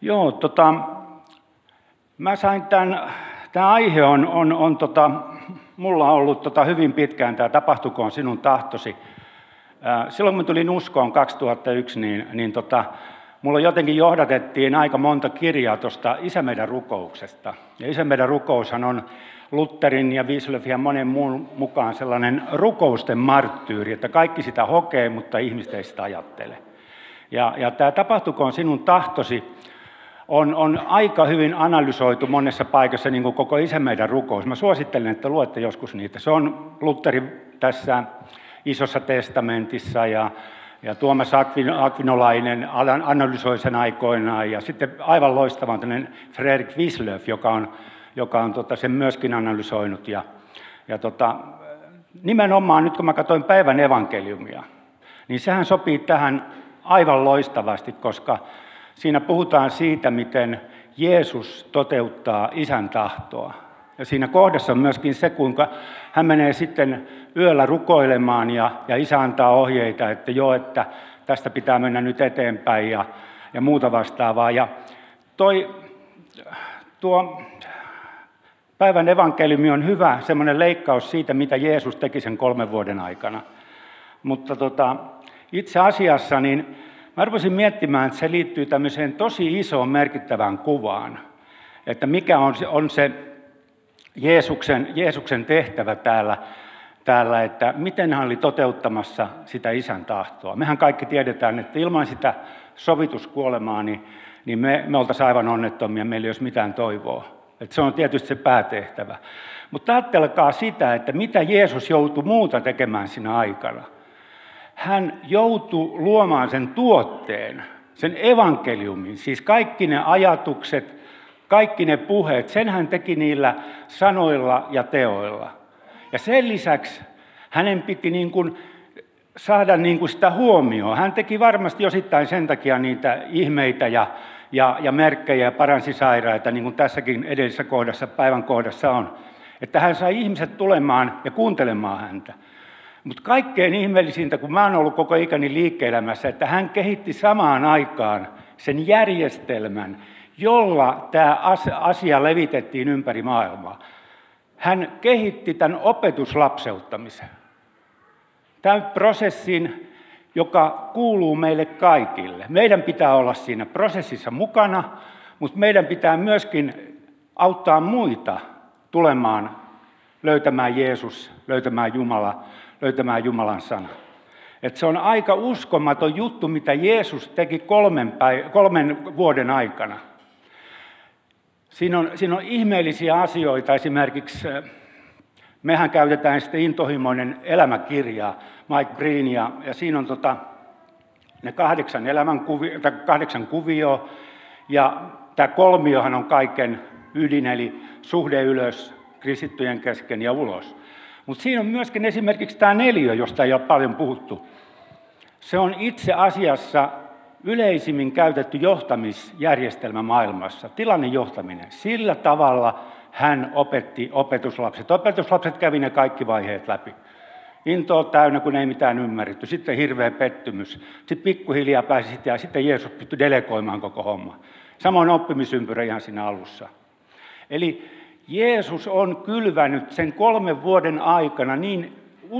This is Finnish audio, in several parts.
Joo, mä sain tämä aihe mulla on ollut hyvin pitkään, tämä tapahtukoon sinun tahtosi. Silloin kun tulin uskoon 2001, mulla jotenkin johdatettiin aika monta kirjaa tuosta Isä meidän rukouksesta. Ja Isä meidän rukoushan on Lutherin ja Wieslöfin ja monen muun mukaan sellainen rukousten marttyyri, että kaikki sitä hokee, mutta ihmiset ei sitä ajattele. Ja tämä tapahtukoon sinun tahtosi on aika hyvin analysoitu monessa paikassa, niin kuin koko Isä meidän rukous. Mä suosittelen, että luette joskus niitä. Se on Lutherin tässä Isossa testamentissa ja Tuomas Akvinolainen analysoi sen aikoinaan. Ja sitten aivan loistava on tämmöinen Fredrik Wieslöf, joka on sen myöskin analysoinut. Nimenomaan nyt kun mä katsoin päivän evankeliumia, niin sehän sopii tähän aivan loistavasti, koska siinä puhutaan siitä, miten Jeesus toteuttaa Isän tahtoa. Ja siinä kohdassa on myöskin se, kuinka hän menee sitten yöllä rukoilemaan ja Isä antaa ohjeita, että joo, että tästä pitää mennä nyt eteenpäin ja muuta vastaavaa. Ja tuo päivän evankeliumi on hyvä semmoinen leikkaus siitä, mitä Jeesus teki sen 3 vuoden aikana. Mutta itse asiassa niin mä rupesin miettimään, että se liittyy tämmöiseen tosi isoon merkittävään kuvaan, että mikä on se Jeesuksen tehtävä täällä, että miten hän oli toteuttamassa sitä Isän tahtoa. Mehän kaikki tiedetään, että ilman sitä sovituskuolemaa niin me oltaisiin aivan onnettomia, meillä ei olisi mitään toivoa. Että se on tietysti se päätehtävä. Mutta ajattelkaa sitä, että mitä Jeesus joutui muuta tekemään siinä aikana. Hän joutui luomaan sen tuotteen, sen evankeliumin, siis kaikki ne ajatukset, kaikki ne puheet, sen hän teki niillä sanoilla ja teoilla. Ja sen lisäksi hänen piti saada sitä huomioon. Hän teki varmasti osittain sen takia niitä ihmeitä ja merkkejä ja paransi sairaita, niin kuin tässäkin edellisessä kohdassa, päivän kohdassa on. Että hän sai ihmiset tulemaan ja kuuntelemaan häntä. Mutta kaikkein ihmeellisintä, kun mä oon ollut koko ikäni liike-elämässä, että hän kehitti samaan aikaan sen järjestelmän, jolla tämä asia levitettiin ympäri maailmaa. Hän kehitti tämän opetuslapseuttamisen. Tämän prosessin, joka kuuluu meille kaikille. Meidän pitää olla siinä prosessissa mukana, mutta meidän pitää myöskin auttaa muita tulemaan, löytämään Jeesus, löytämään Jumala, löytämään Jumalan sana. Et se on aika uskomaton juttu, mitä Jeesus teki 3 vuoden aikana. Siinä on ihmeellisiä asioita, esimerkiksi mehän käytetään sitten Intohimoinen elämäkirjaa, Mike Greenia, ja siinä on ne 8 kuvioa, ja tämä kolmiohan on kaiken ydin, eli suhde ylös, kristittyjen kesken ja ulos. Mutta siinä on myöskin esimerkiksi tämä 4, josta ei ole paljon puhuttu. Se on itse asiassa yleisimmin käytetty johtamisjärjestelmä maailmassa, tilannejohtaminen. Sillä tavalla hän opetti opetuslapset. Opetuslapset kävi ne kaikki vaiheet läpi. Intoa täynnä, kun ei mitään ymmärretty. Sitten hirveä pettymys. Sitten pikkuhiljaa pääsi ja sitten Jeesus pystyi delegoimaan koko homma. Samoin oppimisympyrä ihan siinä alussa. Eli Jeesus on kylvänyt sen 3 vuoden aikana niin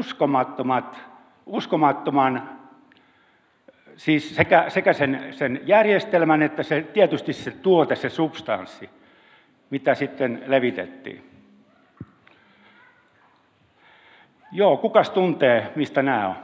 uskomattoman, siis sekä sen järjestelmän että tietysti se tuote, se substanssi, mitä sitten levitettiin. Joo, kukas tuntee, mistä nämä on?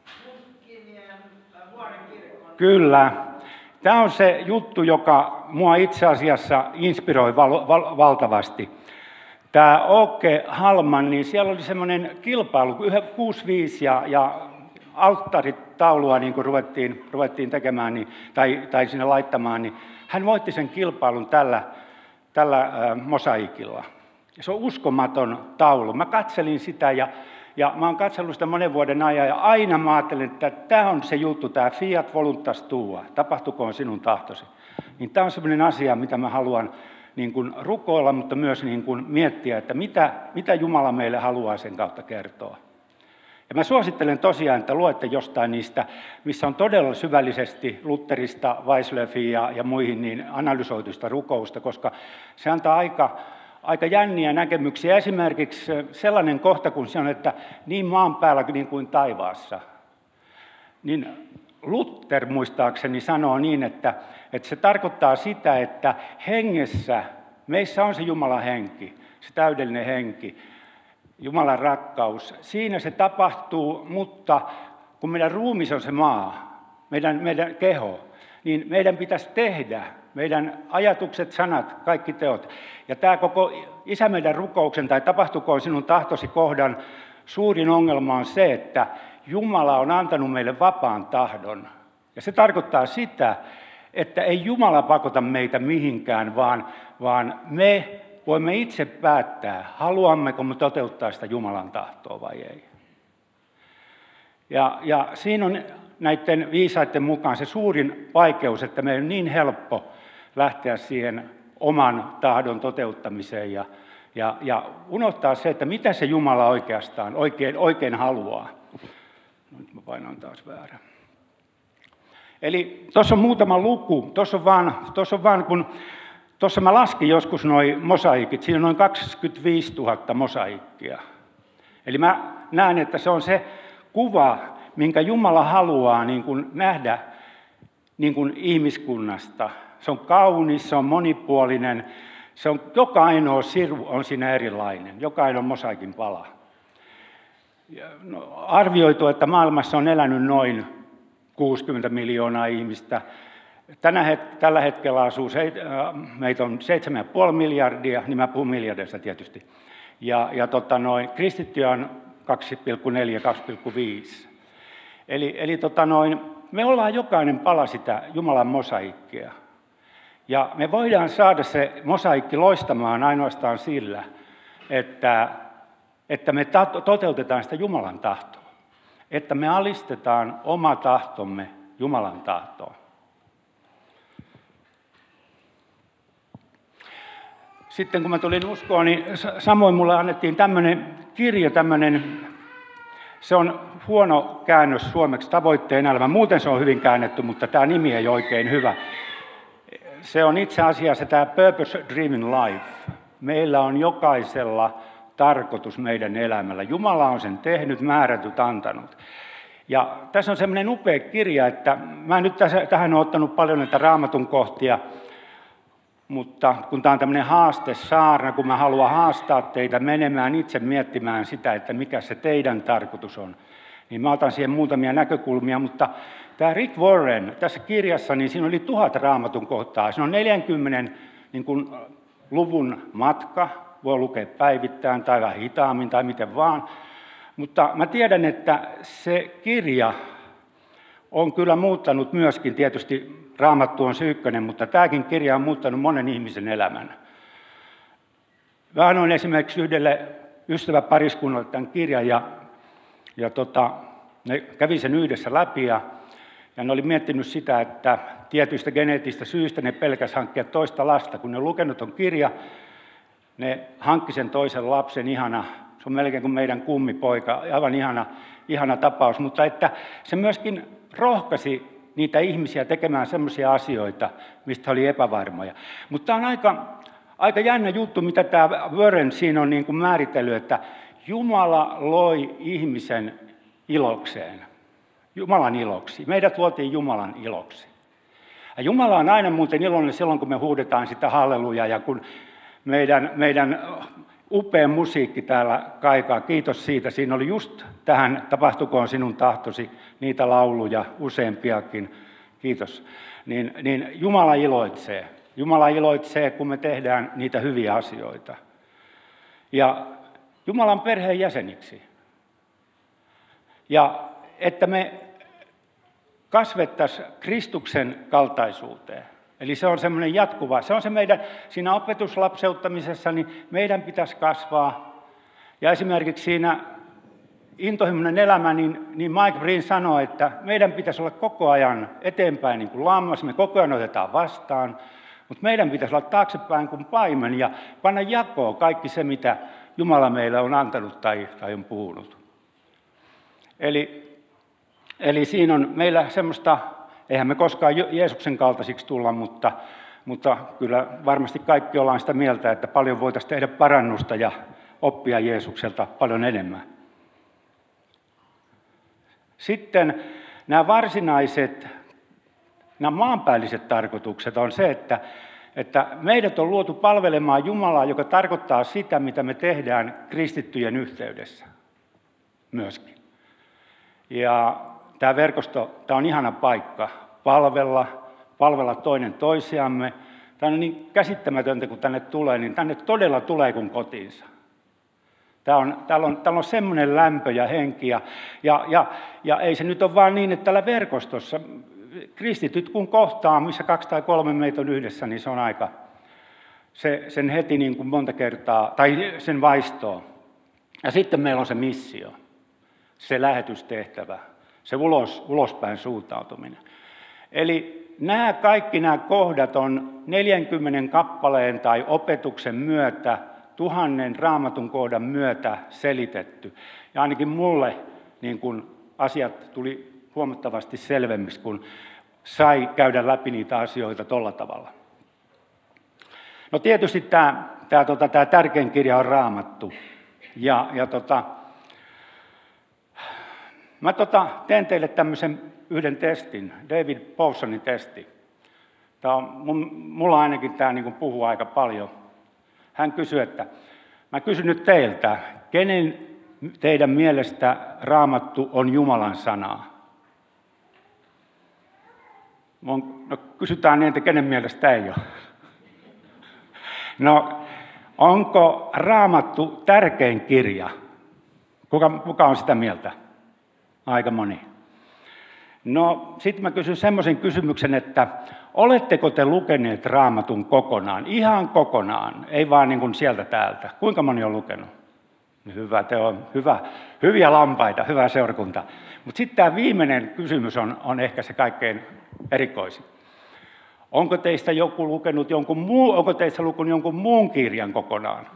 Kyllä. Tämä on se juttu, joka mua itse asiassa inspiroi valtavasti. Tämä Åke Hallman, niin siellä oli semmoinen kilpailu, 65 ja alttaritaulua niin kun ruvettiin tekemään tai sinne laittamaan, niin hän voitti sen kilpailun tällä mosaikilla. Se on uskomaton taulu. Mä katselin sitä ja mä oon katsellut sitä monen vuoden ajan ja aina mä ajattelin, että tämä on se juttu, tämä fiat voluntas tua, tapahtukoon sinun tahtosi. Niin tämä on sellainen asia, mitä mä haluan niin kuin rukoilla, mutta myös niin kuin miettiä, että mitä Jumala meille haluaa sen kautta kertoa. Ja mä suosittelen tosiaan, että luette jostain niistä, missä on todella syvällisesti Lutherista, Weislöfiin ja muihin niin analysoitusta rukousta, koska se antaa aika jänniä näkemyksiä. Esimerkiksi sellainen kohta, kun se on, että niin maan päällä niin kuin taivaassa, niin Luther muistaakseni sanoo niin, että se tarkoittaa sitä, että hengessä, meissä on se Jumalan henki, se täydellinen henki, Jumalan rakkaus. Siinä se tapahtuu, mutta kun meidän ruumis on se maa, meidän keho, niin meidän pitäisi tehdä, meidän ajatukset, sanat, kaikki teot. Ja tämä koko Isä meidän rukouksen tai tapahtukoon sinun tahtosi kohdan suurin ongelma on se, että Jumala on antanut meille vapaan tahdon. Ja se tarkoittaa sitä, että ei Jumala pakota meitä mihinkään, vaan me voimme itse päättää, haluammeko me toteuttaa sitä Jumalan tahtoa vai ei. Ja siinä on näiden viisaiden mukaan se suurin vaikeus, että meidän on niin helppo lähteä siihen oman tahdon toteuttamiseen ja unohtaa se, että mitä se Jumala oikeastaan oikein haluaa. Nyt mä painan taas väärä. Eli tuossa on muutama luku, tuossa mä laskin joskus noi mosaikit, siinä on noin 25 000 mosaikkia. Eli mä näen, että se on se kuva, minkä Jumala haluaa niin kuin nähdä niin kuin ihmiskunnasta. Se on kaunis, se on monipuolinen, joka ainoa siru on siinä erilainen, joka ainoa mosaikin pala. Arvioitu, että maailmassa on elänyt noin 60 miljoonaa ihmistä. Tällä hetkellä asuu, meitä on 7,5 miljardia, niin mä puhun miljardeista tietysti. Ja kristittyjä on 2,4-2,5. Eli me ollaan jokainen pala sitä Jumalan mosaikkia. Ja me voidaan saada se mosaikki loistamaan ainoastaan sillä, että me toteutetaan sitä Jumalan tahtoa. Että me alistetaan oma tahtomme Jumalan tahtoon. Sitten kun mä tulin uskoon, niin samoin mulle annettiin tämmöinen kirja, se on huono käännös suomeksi, Tavoitteen elämä. Muuten se on hyvin käännetty, mutta tämä nimi ei ole oikein hyvä. Se on itse asiassa tämä Purpose Driven Life. Meillä on jokaisella tarkoitus meidän elämällä. Jumala on sen tehnyt, määrätyt, antanut. Ja tässä on semmoinen upea kirja, että mä en nyt tähän ole ottanut paljon näitä raamatun kohtia, mutta kun tämä on tämmöinen haastesaarna, kun mä haluan haastaa teitä menemään itse miettimään sitä, että mikä se teidän tarkoitus on, niin mä otan siihen muutamia näkökulmia, mutta tämä Rick Warren tässä kirjassa, niin siinä oli 1000 raamatun kohtaa. Se on 40 luvun matka, voi lukea päivittäin tai vähän hitaammin tai miten vaan, mutta mä tiedän, että se kirja on kyllä muuttanut myöskin, tietysti Raamattu on se ykkönen, mutta tämäkin kirja on muuttanut monen ihmisen elämän. Mä annoin esimerkiksi yhdelle ystäväpariskunnalle tämän kirjan ja ne kävi sen yhdessä läpi ja ne oli miettinyt sitä, että tietyistä geneettisistä syistä ne pelkäs hankkia toista lasta. Kun ne lukenut on kirja, ne hankki sen toisen lapsen, ihana, se on melkein kuin meidän kummipoika, aivan ihana tapaus, mutta että se myöskin rohkaisi niitä ihmisiä tekemään sellaisia asioita, mistä oli epävarmoja. Mutta tämä on aika jännä juttu, mitä tämä Warren siinä on niin kuin määritellyt, että Jumala loi ihmisen ilokseen, Jumalan iloksi. Meidät luotiin Jumalan iloksi. Ja Jumala on aina muuten iloinen silloin, kun me huudetaan sitä hallelujaa ja kun meidän upea musiikki täällä kaikaa. Kiitos siitä. Siinä oli just tähän Tapahtukoon sinun tahtosi niitä lauluja, useampiakin. Kiitos. Niin Jumala iloitsee. Jumala iloitsee, kun me tehdään niitä hyviä asioita. Ja Jumalan perheen jäseniksi. Ja että me kasvettaisiin Kristuksen kaltaisuuteen. Eli se on semmoinen jatkuva, se on se meidän, siinä opetuslapseuttamisessa, niin meidän pitäisi kasvaa. Ja esimerkiksi siinä intohimoinen elämä, niin Mike Breen sanoi, että meidän pitäisi olla koko ajan eteenpäin niin kuin lammas, me koko ajan otetaan vastaan, mutta meidän pitäisi olla taaksepäin kuin paimen ja panna jakoon kaikki se, mitä Jumala meille on antanut tai on puhunut. Eli siinä on meillä semmoista, eihän me koskaan Jeesuksen kaltaisiksi tulla, mutta kyllä varmasti kaikki ollaan sitä mieltä, että paljon voitaisiin tehdä parannusta ja oppia Jeesukselta paljon enemmän. Sitten nämä varsinaiset, nämä maanpäälliset tarkoitukset on se, että meidät on luotu palvelemaan Jumalaa, joka tarkoittaa sitä, mitä me tehdään kristittyjen yhteydessä myöskin. Ja tämä verkosto, tämä on ihana paikka palvella toinen toisiamme. Tämä on niin käsittämätöntä, kun tänne tulee, niin tänne todella tulee kuin kotiinsa. Täällä on semmoinen lämpö ja henki, ja ei se nyt ole vaan niin, että täällä verkostossa kristityt kun kohtaa, missä 2 tai 3 meitä on yhdessä, niin se on aika, sen heti niin kuin monta kertaa, tai sen vaistoo. Ja sitten meillä on se missio, se lähetystehtävä, se ulospäin suuntautuminen. Eli kaikki nämä kohdat on 40 kappaleen tai opetuksen myötä, 1000 raamatun kohdan myötä selitetty. Ja ainakin mulle niin kun asiat tuli huomattavasti selvemmiksi, kun sai käydä läpi niitä asioita tolla tavalla. No tietysti tämä tärkein kirja on Raamattu. Mä teen teille tämmöisen yhden testin, David Powsonin testi. Mulla ainakin tämä niin kuin puhuu aika paljon. Hän kysyi, että mä kysyn nyt teiltä, kenen teidän mielestä Raamattu on Jumalan sanaa? No, kysytään niin, että kenen mielestä ei ole. No, onko Raamattu tärkein kirja? Kuka on sitä mieltä? Aika moni. No, sitten mä kysyn semmoisen kysymyksen, että oletteko te lukeneet Raamatun kokonaan? Ihan kokonaan, ei vaan niin kuin sieltä täältä. Kuinka moni on lukenut? Hyvä, te on hyviä lampaita, hyvä seurakunta. Mutta sitten tämä viimeinen kysymys on ehkä se kaikkein erikoisin. Onko teistä lukenut jonkun muun kirjan kokonaan?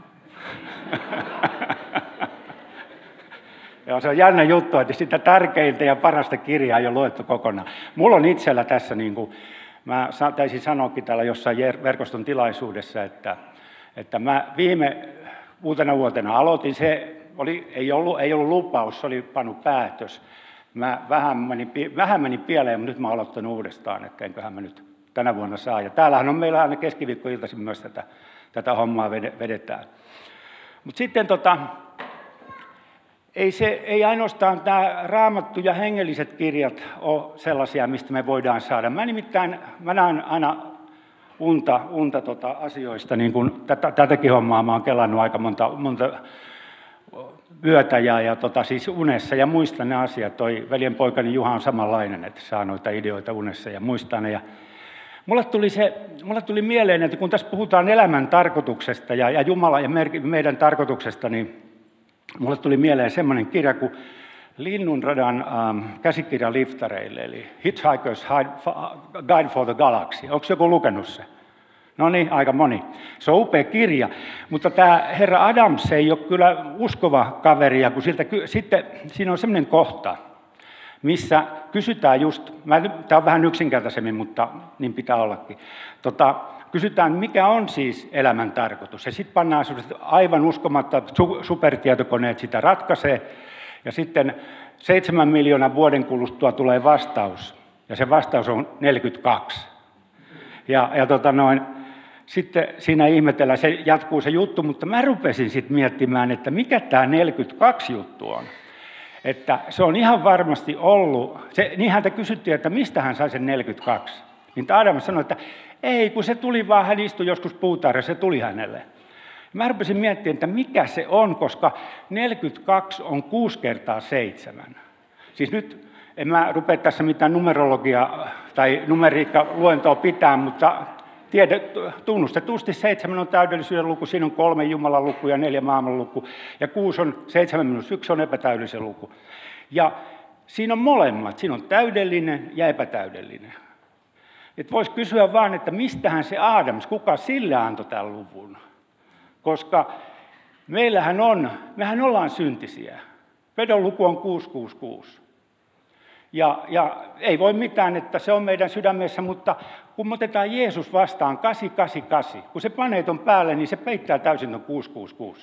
Ja se on jännä juttu, että sitä tärkeintä ja parasta kirjaa ei ole luettu kokonaan. Mulla on itsellä tässä, niin kuin mä taisin sanoakin täällä jossain verkoston tilaisuudessa, että mä viime uutena vuotena aloitin, ei ollut lupaus, se oli pannut päätös. Vähän meni pieleen, mutta nyt mä oon aloittanut uudestaan, että enköhän mä nyt tänä vuonna saa. Ja täällähän on meillä aina keskiviikkoiltaisin myös tätä hommaa vedetään. Mutta sitten ei ainoastaan tämä Raamattu ja hengelliset kirjat ole sellaisia, mistä me voidaan saada. Mä näen aina unta asioista, niin kuin tätäkin hommaa mä oon kelannut aika monta yötä siis unessa ja muistan ne asiat. Toi veljenpoikani Juha on samanlainen, että saa noita ideoita unessa ja muistaa ne. Ja mulle tuli mieleen, että kun tässä puhutaan elämän tarkoituksesta ja Jumala ja meidän tarkoituksesta, niin mulle tuli mieleen semmoinen kirja kuin Linnunradan käsikirja liftareille, eli Hitchhiker's Guide for the Galaxy. Onko joku lukenut se? No niin, aika moni. Se on upea kirja, mutta tämä herra Adams ei ole kyllä uskova kaveri, ja kun sitten siinä on semmoinen kohta, missä kysytään just, tämä on vähän yksinkertaisemmin, mutta niin pitää ollakin, kysytään, mikä on siis elämän tarkoitus. Ja sitten pannaan aivan uskomatta supertietokoneet sitä ratkaisee. Ja sitten 7 miljoonan vuoden kuluttua tulee vastaus. Ja se vastaus on 42. Sitten siinä ihmetellään, se jatkuu se juttu, mutta mä rupesin sitten miettimään, että mikä tämä 42 juttu on. Että se on ihan varmasti ollut, niin häntä kysyttiin, että mistä hän sai sen 42. Niin Adam sanoi, että ei, kun se tuli vaan, hän istui joskus puutarhassa, se tuli hänelle. Mä rupesin miettimään, että mikä se on, koska 42 on 6 kertaa 7. Siis nyt en mä rupea tässä mitään numerologiaa tai numeriikkaluentoa pitää, mutta tunnustetusti 7 on täydellisyyden luku, siinä on 3 Jumalan luku ja 4 maailman luku, ja 6 on 7-1 on epätäydellisen luku. Ja siinä on molemmat, siinä on täydellinen ja epätäydellinen. Että voisi kysyä vaan, että mistähän se Aadams, kuka sille antoi tämän luvun? Koska mehän ollaan syntisiä. Pedon luku on 666. Ja ei voi mitään, että se on meidän sydämessä, mutta kun me otetaan Jeesus vastaan 888, kun se panee ton päälle, niin se peittää täysin ton 666.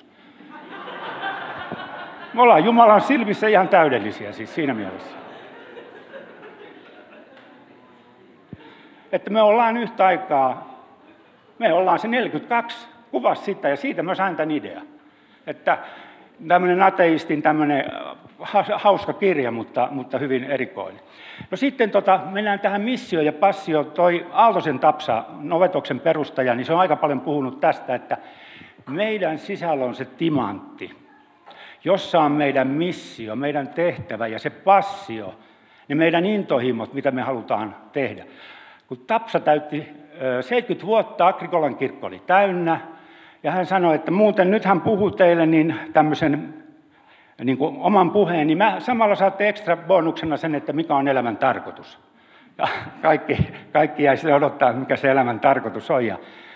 Me ollaan Jumalan silmissä ihan täydellisiä siis siinä mielessä. Että me ollaan yhtä aikaa, me ollaan se 42, kuvasi sitä ja siitä mä sain tämän idean. Että tämmöinen ateistin tämmöinen hauska kirja, mutta hyvin erikoinen. No sitten mennään tähän missio ja passio. Toi Aaltosen Tapsa, Novetoksen perustaja, niin se on aika paljon puhunut tästä, että meidän sisällä on se timantti, jossa on meidän missio, meidän tehtävä ja se passio, ne meidän intohimot, mitä me halutaan tehdä. Kun Tapsa täytti 70 vuotta, Agrikolan kirkko oli täynnä, ja hän sanoi, että muuten nyt hän puhuu teille niin tämmöisen niin kuin oman puheen, niin samalla saatte ekstra bonuksena sen, että mikä on elämän tarkoitus. Ja kaikki jäi sille odottaa, mikä se elämän tarkoitus on.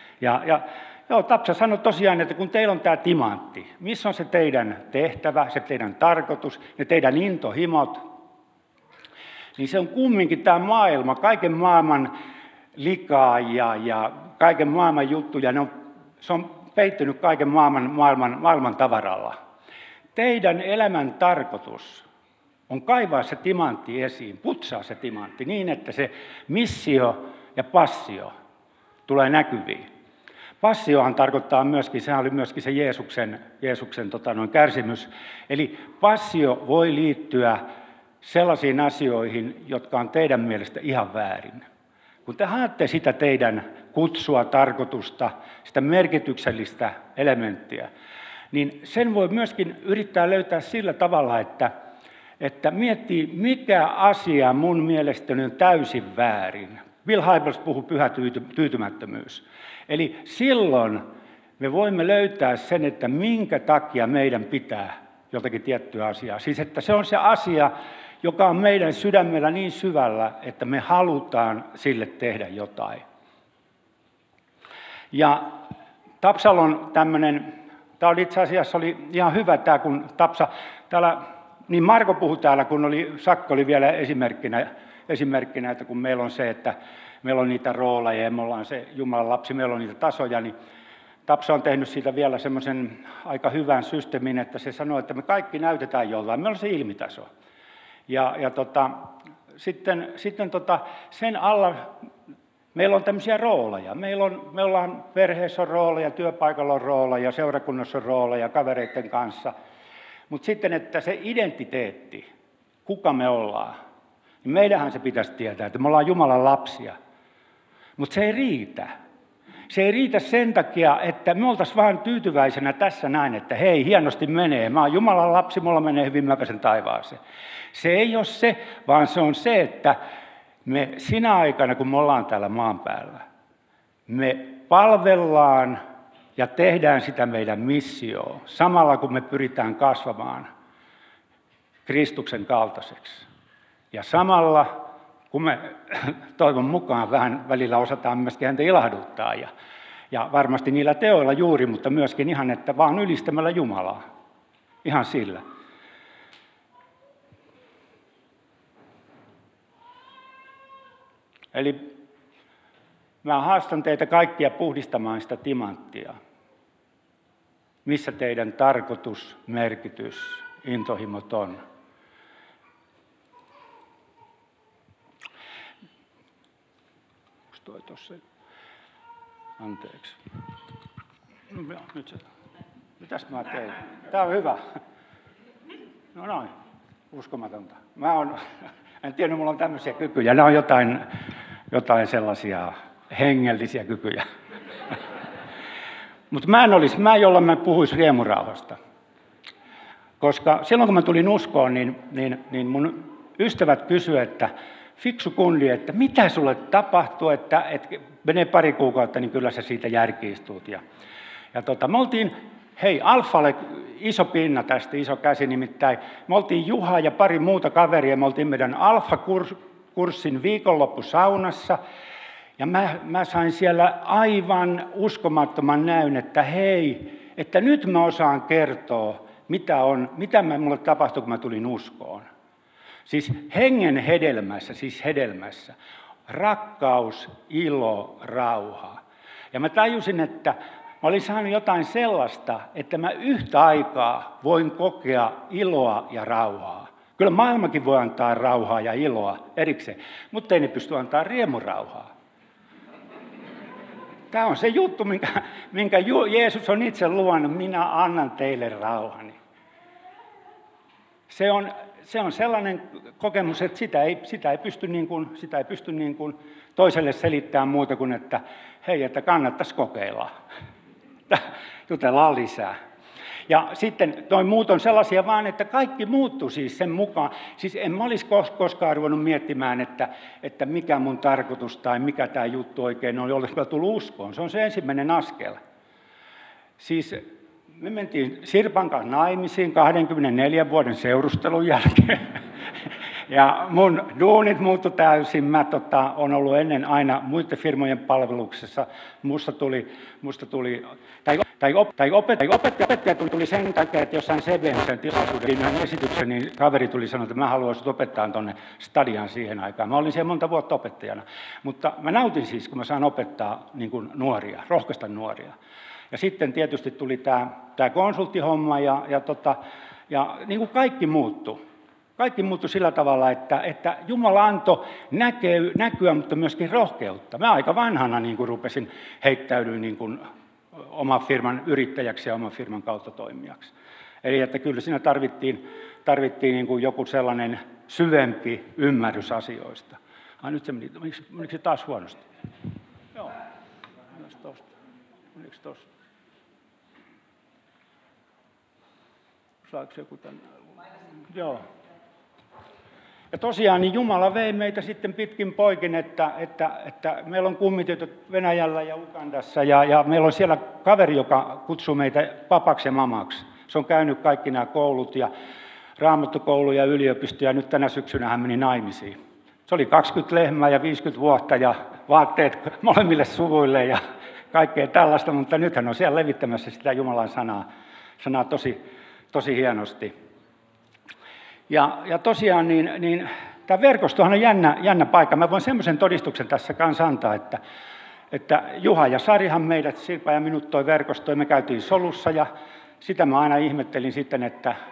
Joo, Tapsa sanoi tosiaan, että kun teillä on tämä timantti, missä on se teidän tehtävä, se teidän tarkoitus ja teidän intohimot, niin se on kumminkin tämä maailma, kaiken maailman likaa ja kaiken maailman juttuja, se on peittynyt kaiken maailman tavaralla. Teidän elämän tarkoitus on kaivaa se timantti esiin, putsaa se timantti niin, että se missio ja passio tulee näkyviin. Passiohan tarkoittaa myöskin, sehän oli myöskin se Jeesuksen kärsimys. Eli passio voi liittyä sellaisiin asioihin, jotka on teidän mielestä ihan väärin. Kun te haette sitä teidän kutsua, tarkoitusta, sitä merkityksellistä elementtiä, niin sen voi myöskin yrittää löytää sillä tavalla, että miettii, mikä asia mun mielestäni on täysin väärin. Bill Hybels puhui pyhä tyytymättömyys. Eli silloin me voimme löytää sen, että minkä takia meidän pitää jotakin tiettyä asiaa. Siis että se on se asia, joka on meidän sydämellä niin syvällä, että me halutaan sille tehdä jotain. Ja Tapsalon tämmöinen, tämä oli itse asiassa oli ihan hyvä tämä, kun Tapsa, täällä, niin Marko puhui täällä, kun Sakko oli vielä esimerkkinä, että kun meillä on se, että meillä on niitä rooleja ja me ollaan se Jumalan lapsi, meillä on niitä tasoja, niin Tapsa on tehnyt siitä vielä semmoisen aika hyvän systeemin, että se sanoo, että me kaikki näytetään jollain, meillä on se ilmitaso. Sitten sen alla meillä on tämmöisiä rooleja. Me ollaan perheessä on rooleja, työpaikalla on rooleja, seurakunnassa on rooleja, kavereiden kanssa. Mutta sitten, että se identiteetti, kuka me ollaan, niin meidänhän se pitäisi tietää, että me ollaan Jumalan lapsia. Mutta se ei riitä. Se ei riitä sen takia, että me oltaisiin vaan tyytyväisenä tässä näin, että hei, hienosti menee. Mä oon Jumalan lapsi, mulla menee hyvin, mä pääsen taivaaseen. Se ei ole se, vaan se on se, että me sinä aikana, kun me ollaan täällä maan päällä, me palvellaan ja tehdään sitä meidän missioa, samalla kun me pyritään kasvamaan Kristuksen kaltaiseksi. Ja samalla, kun me toivon mukaan vähän välillä osataan myöskin häntä ilahduttaa, ja varmasti niillä teoilla juuri, mutta myöskin ihan, että vaan ylistämällä Jumalaa, ihan sillä. Eli mä haastan teitä kaikkia puhdistamaan sitä timanttia. Missä teidän tarkoitus, merkitys, intohimot on. Onko toi tossa? Anteeksi. No, nyt se. Mitäs mä tein? Tää on hyvä. No noin. Uskomatonta. En tiedä, mulla on tämmöisiä kykyjä. Nämä on jotain sellaisia hengellisiä kykyjä. Mutta mä jolla mä puhuis riemurauhasta. Koska silloin kun mä tulin uskoon, niin mun ystävät kysyivät, että fiksu kundi, että mitä sulle tapahtuu, että menee pari kuukautta, niin kyllä sä siitä järkiistut. Ja me oltiin, hei, Alfalle iso pinna tästä, iso käsi nimittäin. Me oltiin Juha ja pari muuta kaveria, me oltiin meidän Alfa-kurssin viikonloppusaunassa. Ja mä sain siellä aivan uskomattoman näyn, että hei, että nyt mä osaan kertoa, mitä mulle tapahtui, kun mä tulin uskoon. Siis hengen hedelmässä, rakkaus, ilo, rauha. Ja mä tajusin, että mä olin saanut jotain sellaista, että mä yhtä aikaa voin kokea iloa ja rauhaa. Kyllä maailmakin voi antaa rauhaa ja iloa erikseen, mutta ei ne pysty antaa riemurauhaa. Tämä on se juttu, minkä Jeesus on itse luvannut, minä annan teille rauhani. Se on sellainen kokemus, että sitä ei pysty niin kuin toiselle selittämään muuta kuin, että hei, että kannattaisi kokeilla. Jutellaan lisää. Ja sitten toi muut on sellaisia vaan, että kaikki muuttuu siis sen mukaan. Siis en mä olisi koskaan ruvennut miettimään, että mikä mun tarkoitus tai mikä tämä juttu oikein on, jolloin mä tullut uskoon. Se on se ensimmäinen askel. Siis me mentiin Sirpan kanssa naimisiin 24 vuoden seurustelun jälkeen. Ja mun duunit muuttui täysin. Mä olen ollut ennen aina muiden firmojen palveluksessa. Opettaja tuli sen takia, että jossain CBM:n tilaisuuden esityksen, niin kaveri tuli sanoa, että mä haluaisin opettaa tuonne stadiaan siihen aikaan. Mä olin siellä monta vuotta opettajana. Mutta mä nautin siis, kun mä saan opettaa niin kuin nuoria, rohkaista nuoria. Ja sitten tietysti tuli tämä konsulttihomma ja niin kuin kaikki muuttui. Kaikki muuttui sillä tavalla, että Jumala antoi näkyä, mutta myöskin rohkeutta. Mä aika vanhana niin kuin rupesin heittäydyin niin kuin oman firman yrittäjäksi ja oman firman kautta toimijaksi. Eli että kyllä siinä tarvittiin niin kuin joku sellainen syvempi ymmärrys asioista. Nyt se meni, menikö se taas huonosti? Joo, menikö tosta? Saako joku tämän? Joo. Ja tosiaan niin Jumala vei meitä sitten pitkin poikin, että meillä on kummitytöt Venäjällä ja Ugandassa ja meillä on siellä kaveri, joka kutsuu meitä papaksi ja mamaksi. Se on käynyt kaikki nämä koulut ja raamattokoulu ja yliopisto ja nyt tänä syksynä hän meni naimisiin. Se oli 20 lehmää ja 50 vuotta ja vaatteet molemmille suvuille ja kaikkea tällaista, mutta nyt hän on siellä levittämässä sitä Jumalan sanaa tosi hienosti. Ja tosiaan niin tämä verkostohan on jännä paikka. Mä voin semmoisen todistuksen tässä kanssa antaa, että Juha ja Sarihan meidät, Sirpa ja minut toi verkostoon. Me käytiin solussa ja sitä mä aina ihmettelin sitten,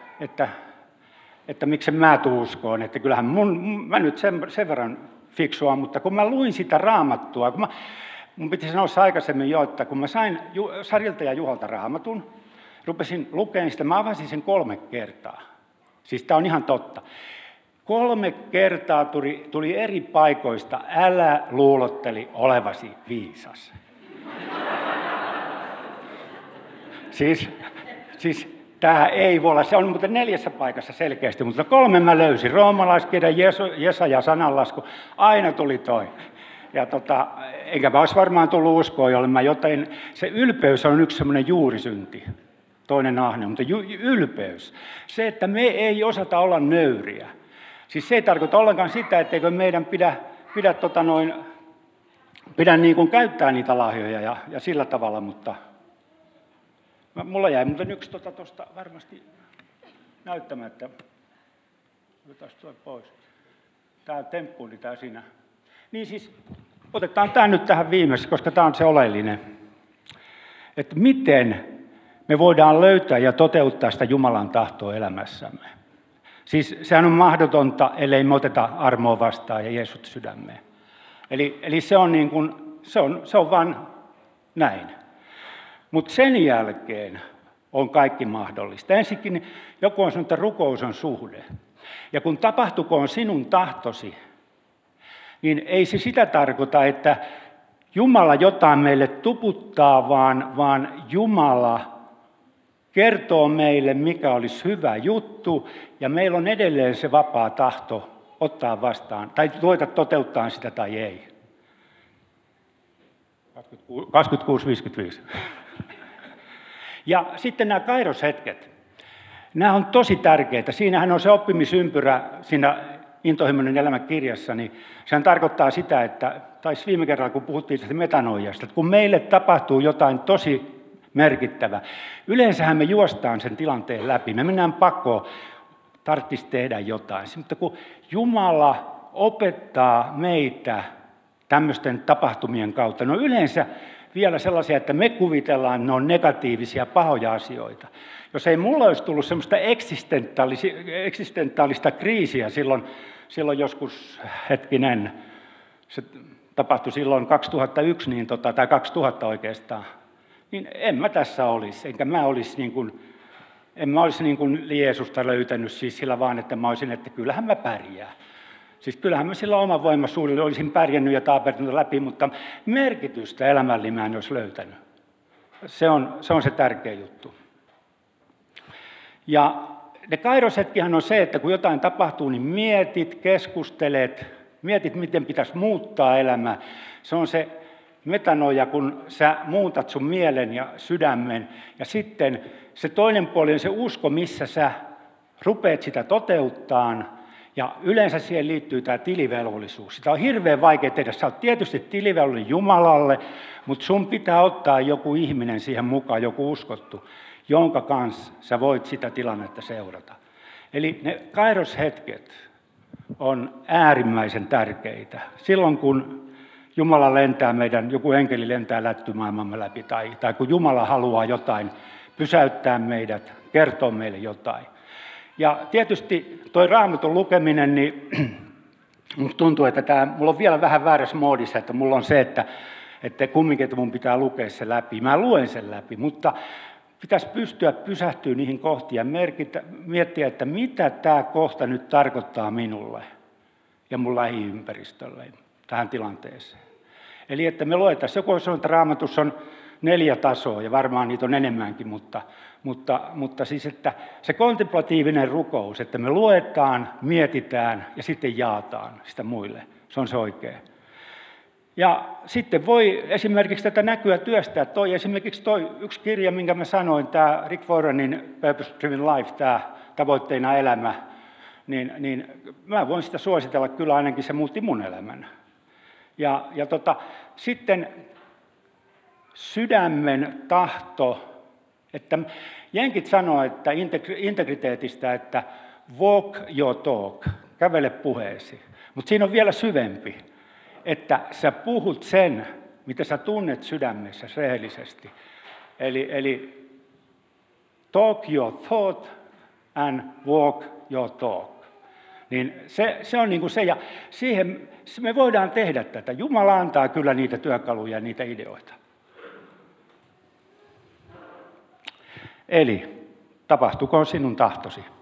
että miksi mä tuun uskoon. Että kyllähän mä nyt sen verran fiksua, mutta kun mä luin sitä raamattua, mun piti sanoa aikaisemmin jo, että kun mä sain Sarilta ja Juhalta raamatun, rupesin lukemaan sitä, mä avasin sen 3 kertaa. Siis tämä on ihan totta. 3 kertaa tuli eri paikoista, älä luulotteli olevasi viisas. Siis tämä ei voi olla, se on muuten 4 paikassa selkeästi, mutta 3 mä löysin. Roomalaiskirja, Jesaja, sananlasku, aina tuli toi. Ja enkä mä olisi varmaan tullut uskoon, jolle mä jotain, se ylpeys on yksi semmoinen juurisynti. Toinen ahne, mutta ylpeys. Se, että me ei osata olla nöyriä. Siis se ei tarkoita ollenkaan sitä, etteikö meidän pidä niin kuin käyttää niitä lahjoja ja sillä tavalla, mutta mulla jäi muuten yksi tuosta varmasti näyttämättä. Otetaan tuo pois. Tämä temppuili tää siinä. Niin siis, otetaan tämä nyt tähän viimeisessä, koska tämä on se oleellinen. Että miten me voidaan löytää ja toteuttaa sitä Jumalan tahtoa elämässämme. Siis sehän on mahdotonta, ellei me oteta armoa vastaan ja Jeesut sydämeen. Eli se on niin kuin, se on vaan näin. Mutta sen jälkeen on kaikki mahdollista. Ensinnäkin joku on sanonut, että rukous on suhde. Ja kun tapahtukoon sinun tahtosi, niin ei se sitä tarkoita, että Jumala jotain meille tuputtaa, vaan Jumala kertoo meille, mikä olisi hyvä juttu, ja meillä on edelleen se vapaa tahto ottaa vastaan, tai voida toteuttaa sitä tai ei. 26.55. Ja sitten nämä kairoshetket. Nämä on tosi tärkeitä. Siinähän on se oppimisympyrä siinä Intohimoinen elämä -kirjassa, niin sehän tarkoittaa sitä, että, tai viime kerralla kun puhuttiin tästä metanoiasta, että kun meille tapahtuu jotain tosi merkittävä. Yleensähän me juostaan sen tilanteen läpi, me mennään pakoon, tarvitsisi tehdä jotain. Mutta kun Jumala opettaa meitä tämmöisten tapahtumien kautta, ne on yleensä vielä sellaisia, että me kuvitellaan, että ne on negatiivisia, pahoja asioita. Jos ei mulla olisi tullut semmoista eksistentaalista kriisiä silloin joskus, se tapahtui silloin 2001, tai 2000 oikeastaan, niin en mä tässä olisi, enkä mä olisi niin kuin Jeesusta löytänyt siis sillä vaan, että mä olisin, että kyllähän mä pärjään. Siis kyllähän mä sillä oman voimasuudella olisin pärjännyt ja taapertunut läpi, mutta merkitystä elämälle mä en olisi löytänyt. Se on se tärkeä juttu. Ja ne kairoshetkihän on se, että kun jotain tapahtuu, niin mietit, keskustelet, mietit, miten pitäisi muuttaa elämää. Se on se metanoia, kun sä muutat sun mielen ja sydämen. Ja sitten se toinen puoli on se usko, missä sä rupeat sitä toteuttaan. Ja yleensä siihen liittyy tämä tilivelvollisuus. Sitä on hirveän vaikea tehdä. Sä oot tietysti tilivelvollinen Jumalalle, mutta sun pitää ottaa joku ihminen siihen mukaan, joku uskottu, jonka kanssa sä voit sitä tilannetta seurata. Eli ne kairoshetket on äärimmäisen tärkeitä. Silloin kun Jumala lentää joku enkeli lentää lättymaailmamme läpi, tai kun Jumala haluaa jotain, pysäyttää meidät, kertoo meille jotain. Ja tietysti tuo Raamatun lukeminen, niin musta tuntuu, että mulla on vielä vähän väärässä moodissa, että mulla on se, että kumminkin että mun pitää lukea se läpi. Mä luen sen läpi, mutta pitäisi pystyä pysähtyä niihin kohtiin ja miettiä, että mitä tämä kohta nyt tarkoittaa minulle ja mun lähiympäristölle tähän tilanteeseen. Eli että me luetaan, joku sanoo, että Raamatussa on 4 tasoa, ja varmaan niitä on enemmänkin, mutta siis, että se kontemplatiivinen rukous, että me luetaan, mietitään ja sitten jaataan sitä muille, se on se oikea. Ja sitten voi esimerkiksi tätä näkyä työstää. Esimerkiksi yksi kirja, minkä mä sanoin, tämä Rick Warrenin Purpose Driven Life, tämä tavoitteena elämä, niin mä voin sitä suositella, kyllä ainakin se muutti mun elämän. Ja sitten sydämen tahto, että jenkit sanoo, että integriteetistä, että walk your talk, kävele puheesi. Mutta siinä on vielä syvempi, että sä puhut sen, mitä sä tunnet sydämessä rehellisesti. Eli talk your thought and walk your talk. Niin se on niin kuin se, ja siihen me voidaan tehdä tätä. Jumala antaa kyllä niitä työkaluja ja niitä ideoita. Eli tapahtukoon sinun tahtosi.